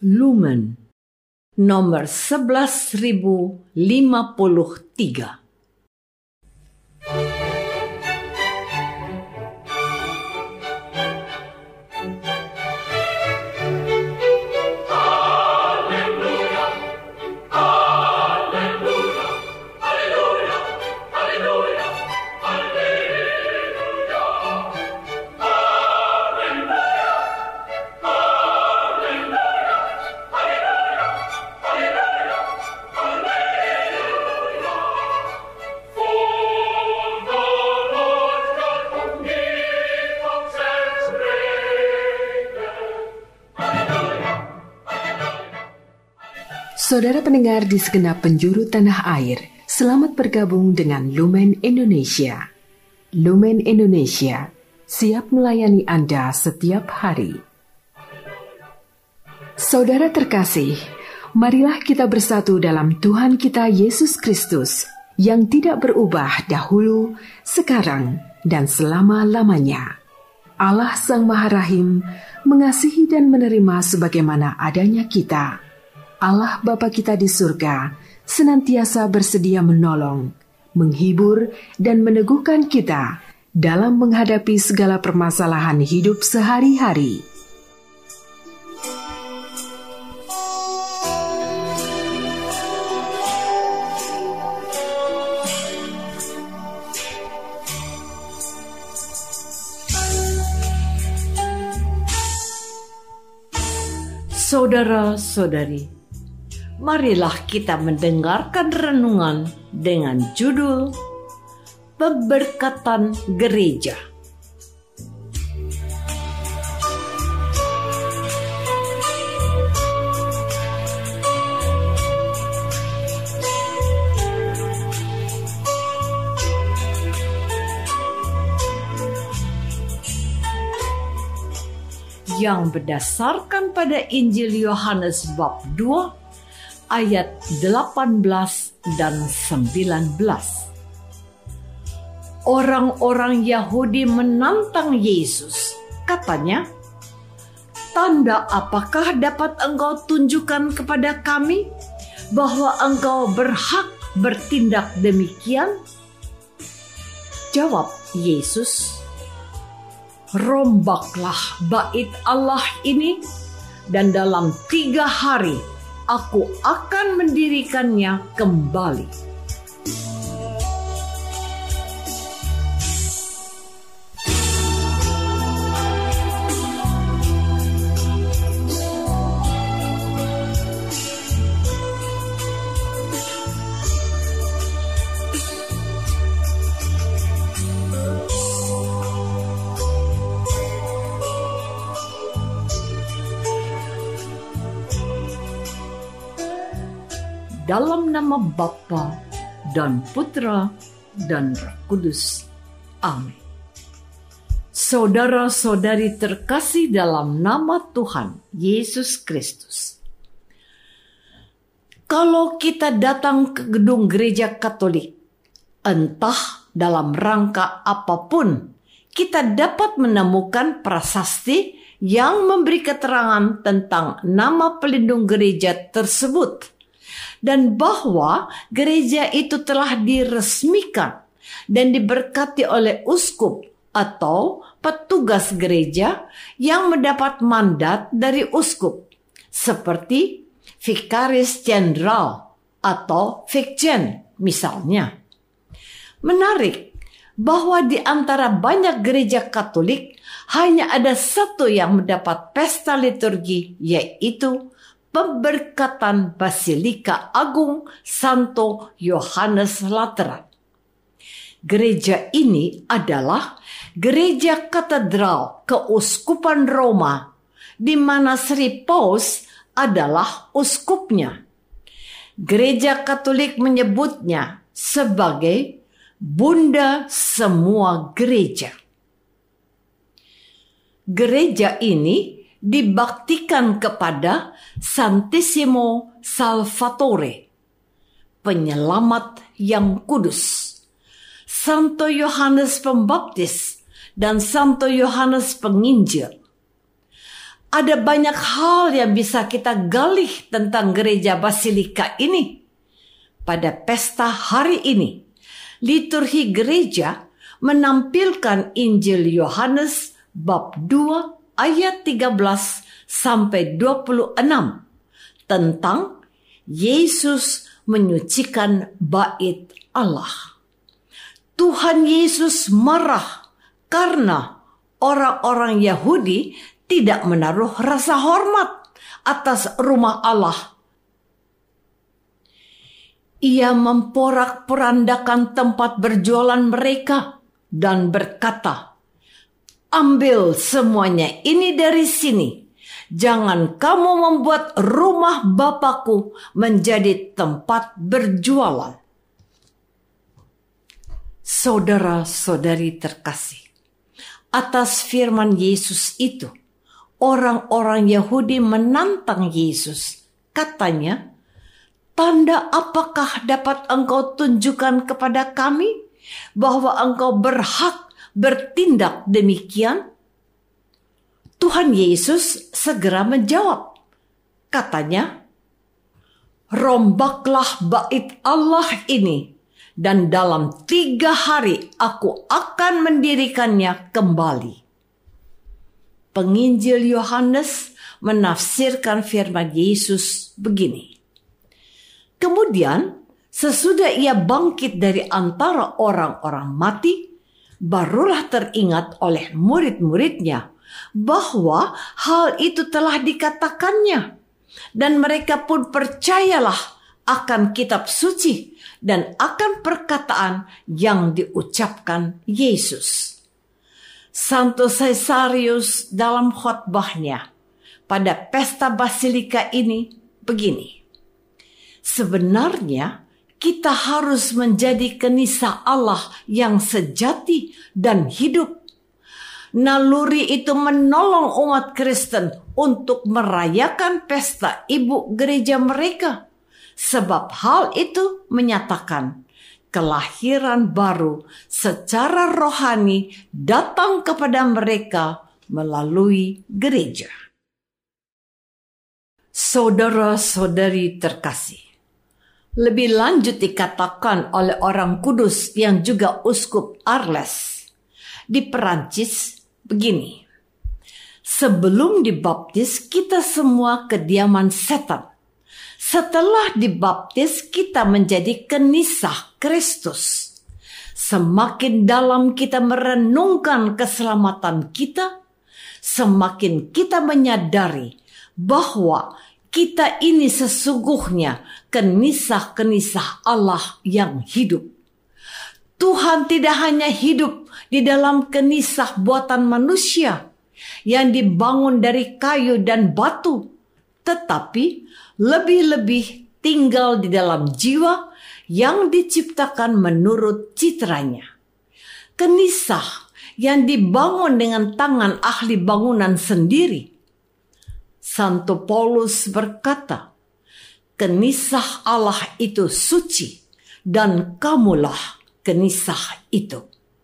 Lumen nomor 11.053. Saudara pendengar di segenap penjuru tanah air, selamat bergabung dengan Lumen Indonesia. Lumen Indonesia siap melayani Anda setiap hari. Saudara terkasih, marilah kita bersatu dalam Tuhan kita Yesus Kristus yang tidak berubah dahulu, sekarang, dan selama-lamanya. Allah Sang Maha Rahim mengasihi dan menerima sebagaimana adanya kita. Allah Bapa kita di surga senantiasa bersedia menolong, menghibur, dan meneguhkan kita dalam menghadapi segala permasalahan hidup sehari-hari. Saudara-saudari, marilah kita mendengarkan renungan dengan judul Pemberkatan Gereja. Yang berdasarkan pada Injil Yohanes bab 2 ayat 18 dan 19. Orang-orang Yahudi menantang Yesus. Katanya, "Tanda apakah dapat engkau tunjukkan kepada kami bahwa engkau berhak bertindak demikian?" Jawab Yesus, "Rombaklah bait Allah ini, dan dalam 3 hari aku akan mendirikannya kembali." Dalam nama Bapa dan Putra dan Roh Kudus. Amin. Saudara-saudari terkasih dalam nama Tuhan Yesus Kristus. Kalau kita datang ke gedung gereja Katolik, entah dalam rangka apapun, kita dapat menemukan prasasti yang memberi keterangan tentang nama pelindung gereja tersebut, dan bahwa gereja itu telah diresmikan dan diberkati oleh uskup atau petugas gereja yang mendapat mandat dari uskup, seperti Vikaris Jenderal atau Vikjen misalnya. Menarik bahwa di antara banyak gereja Katolik hanya ada satu yang mendapat pesta liturgi, yaitu Pemberkatan Basilika Agung Santo Yohanes Lateran. Gereja ini adalah gereja katedral keuskupan Roma, di mana Sri Paus adalah uskupnya. Gereja Katolik menyebutnya sebagai Bunda semua gereja. Gereja ini dibaktikan kepada Santissimo Salvatore, penyelamat yang kudus, Santo Yohanes Pembaptis, dan Santo Yohanes Penginjil. Ada banyak hal yang bisa kita gali tentang gereja Basilika ini. Pada pesta hari ini, liturgi gereja menampilkan Injil Yohanes bab 2 ayat 13 sampai 26 tentang Yesus menyucikan bait Allah. Tuhan Yesus marah karena orang-orang Yahudi tidak menaruh rasa hormat atas rumah Allah. Ia memporak-porandakan tempat berjualan mereka dan berkata, "Ambil semuanya ini dari sini. Jangan kamu membuat rumah Bapakku menjadi tempat berjualan." Saudara-saudari terkasih, atas firman Yesus itu, orang-orang Yahudi menantang Yesus. Katanya, "Tanda apakah dapat engkau tunjukkan kepada kami bahwa engkau berhak bertindak demikian?" Tuhan Yesus segera menjawab. Katanya, "Rombaklah bait Allah ini, dan dalam 3 hari aku akan mendirikannya kembali." Penginjil Yohanes menafsirkan firman Yesus begini. Kemudian, sesudah ia bangkit dari antara orang-orang mati, barulah teringat oleh murid-muridnya bahwa hal itu telah dikatakannya, dan mereka pun percayalah akan kitab suci dan akan perkataan yang diucapkan Yesus. Santo Caesarius dalam khotbahnya pada pesta Basilika ini begini. Sebenarnya kita harus menjadi kenisah Allah yang sejati dan hidup. Naluri itu menolong umat Kristen untuk merayakan pesta ibu gereja mereka. Sebab hal itu menyatakan kelahiran baru secara rohani datang kepada mereka melalui gereja. Saudara-saudari terkasih, lebih lanjut dikatakan oleh orang kudus yang juga Uskup Arles di Perancis begini. Sebelum dibaptis kita semua kediaman setan. Setelah dibaptis kita menjadi kenisah Kristus. Semakin dalam kita merenungkan keselamatan kita, semakin kita menyadari bahwa kita ini sesungguhnya kenisah-kenisah Allah yang hidup. Tuhan tidak hanya hidup di dalam kenisah buatan manusia yang dibangun dari kayu dan batu, tetapi lebih-lebih tinggal di dalam jiwa yang diciptakan menurut citranya. Kenisah yang dibangun dengan tangan ahli bangunan sendiri. Santo Paulus berkata, "Kenisah Allah itu suci dan kamulah kenisah itu."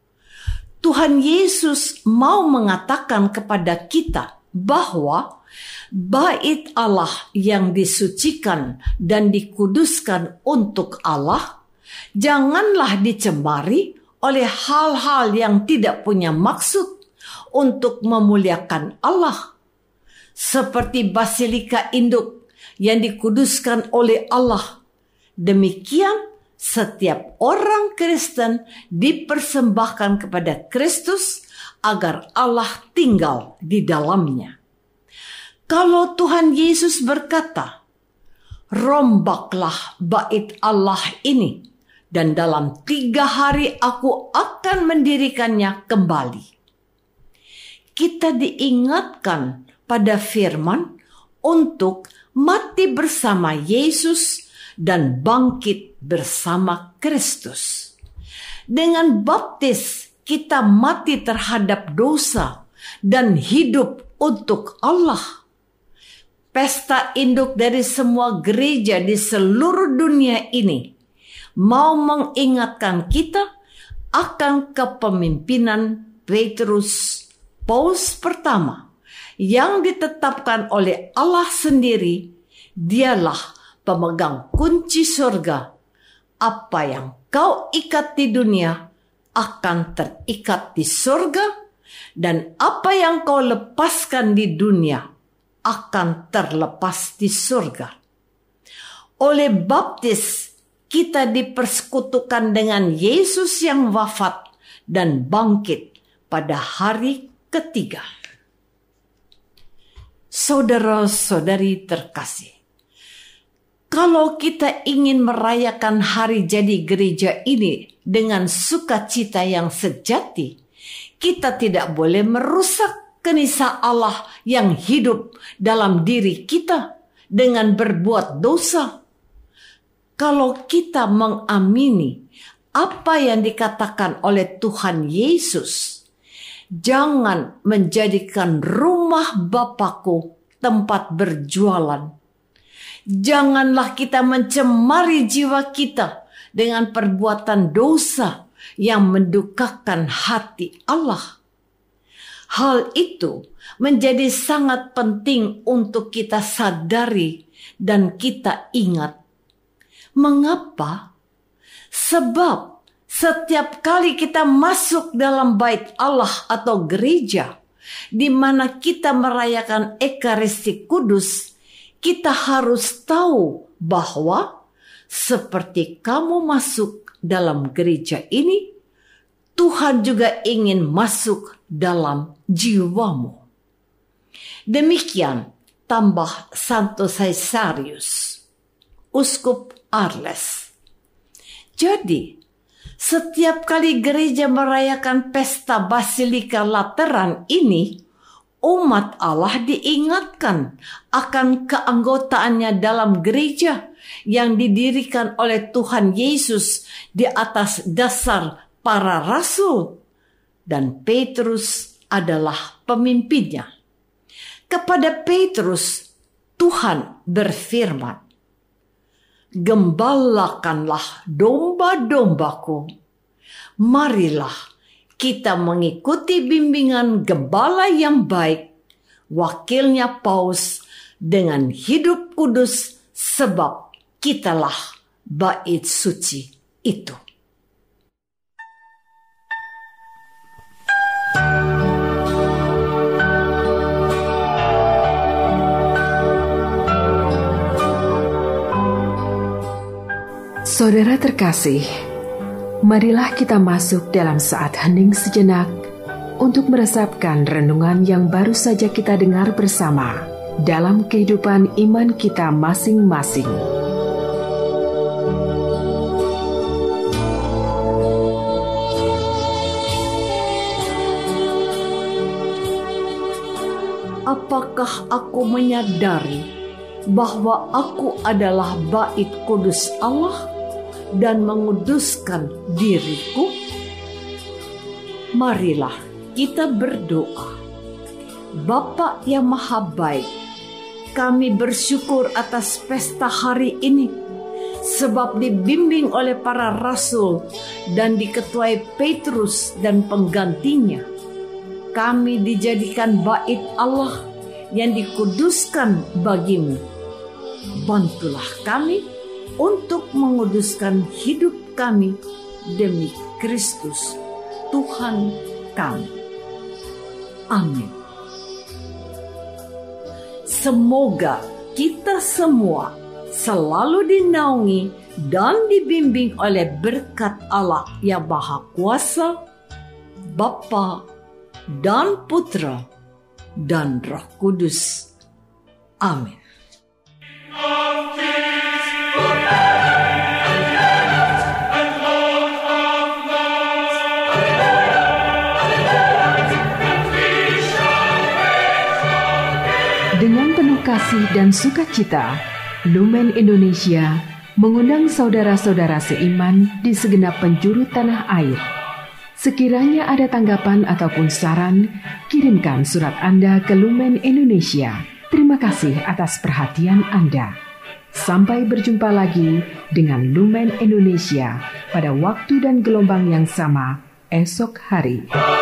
Tuhan Yesus mau mengatakan kepada kita bahwa bait Allah yang disucikan dan dikuduskan untuk Allah janganlah dicemari oleh hal-hal yang tidak punya maksud untuk memuliakan Allah. Seperti basilika induk yang dikuduskan oleh Allah, demikian setiap orang Kristen dipersembahkan kepada Kristus agar Allah tinggal di dalamnya. Kalau Tuhan Yesus berkata, "Rombaklah bait Allah ini, dan dalam 3 hari aku akan mendirikannya kembali." Kita diingatkan pada firman untuk mati bersama Yesus dan bangkit bersama Kristus. Dengan baptis kita mati terhadap dosa dan hidup untuk Allah. Pesta induk dari semua gereja di seluruh dunia ini mau mengingatkan kita akan kepemimpinan Petrus, Paus pertama, yang ditetapkan oleh Allah sendiri. Dialah pemegang kunci surga. Apa yang kau ikat di dunia akan terikat di surga, dan apa yang kau lepaskan di dunia akan terlepas di surga. Oleh baptis, kita dipersekutukan dengan Yesus yang wafat dan bangkit pada hari ketiga. Saudara-saudari terkasih, kalau kita ingin merayakan hari jadi gereja ini dengan sukacita yang sejati, kita tidak boleh merusak kenisah Allah yang hidup dalam diri kita dengan berbuat dosa. Kalau kita mengamini apa yang dikatakan oleh Tuhan Yesus, jangan menjadikan rumah Bapakku tempat berjualan. Janganlah kita mencemari jiwa kita dengan perbuatan dosa yang mendukakan hati Allah. Hal itu menjadi sangat penting untuk kita sadari dan kita ingat. Mengapa? Sebab setiap kali kita masuk dalam bait Allah atau gereja, di mana kita merayakan Ekaristi Kudus, kita harus tahu bahwa seperti kamu masuk dalam gereja ini, Tuhan juga ingin masuk dalam jiwamu. Demikian tambah Santo Caesarius, Uskup Arles. Jadi, setiap kali gereja merayakan pesta Basilika Lateran ini, umat Allah diingatkan akan keanggotaannya dalam gereja yang didirikan oleh Tuhan Yesus di atas dasar para rasul, dan Petrus adalah pemimpinnya. Kepada Petrus, Tuhan berfirman, "Gembalakanlah domba-dombaku. Marilah kita mengikuti bimbingan gembala yang baik, wakilnya Paus, dengan hidup kudus, sebab kitalah bait suci itu." Saudara terkasih, marilah kita masuk dalam saat hening sejenak untuk meresapkan renungan yang baru saja kita dengar bersama dalam kehidupan iman kita masing-masing. Apakah aku menyadari bahwa aku adalah bait kudus Allah dan menguduskan diriku? Marilah kita berdoa. Bapa yang Maha Baik, kami bersyukur atas pesta hari ini, sebab dibimbing oleh para rasul dan diketuai Petrus dan penggantinya, kami dijadikan bait Allah yang dikuduskan bagimu. Bantulah kami untuk menguduskan hidup kami demi Kristus Tuhan kami. Amin. Semoga kita semua selalu dinaungi dan dibimbing oleh berkat Allah yang Maha Kuasa, Bapa dan Putra dan Roh Kudus. Amin. Dengan penuh kasih dan sukacita, Lumen Indonesia mengundang saudara-saudara seiman di segenap penjuru tanah air. Sekiranya ada tanggapan ataupun saran, kirimkan surat Anda ke Lumen Indonesia. Terima kasih atas perhatian Anda. Sampai berjumpa lagi dengan Lumen Indonesia pada waktu dan gelombang yang sama esok hari.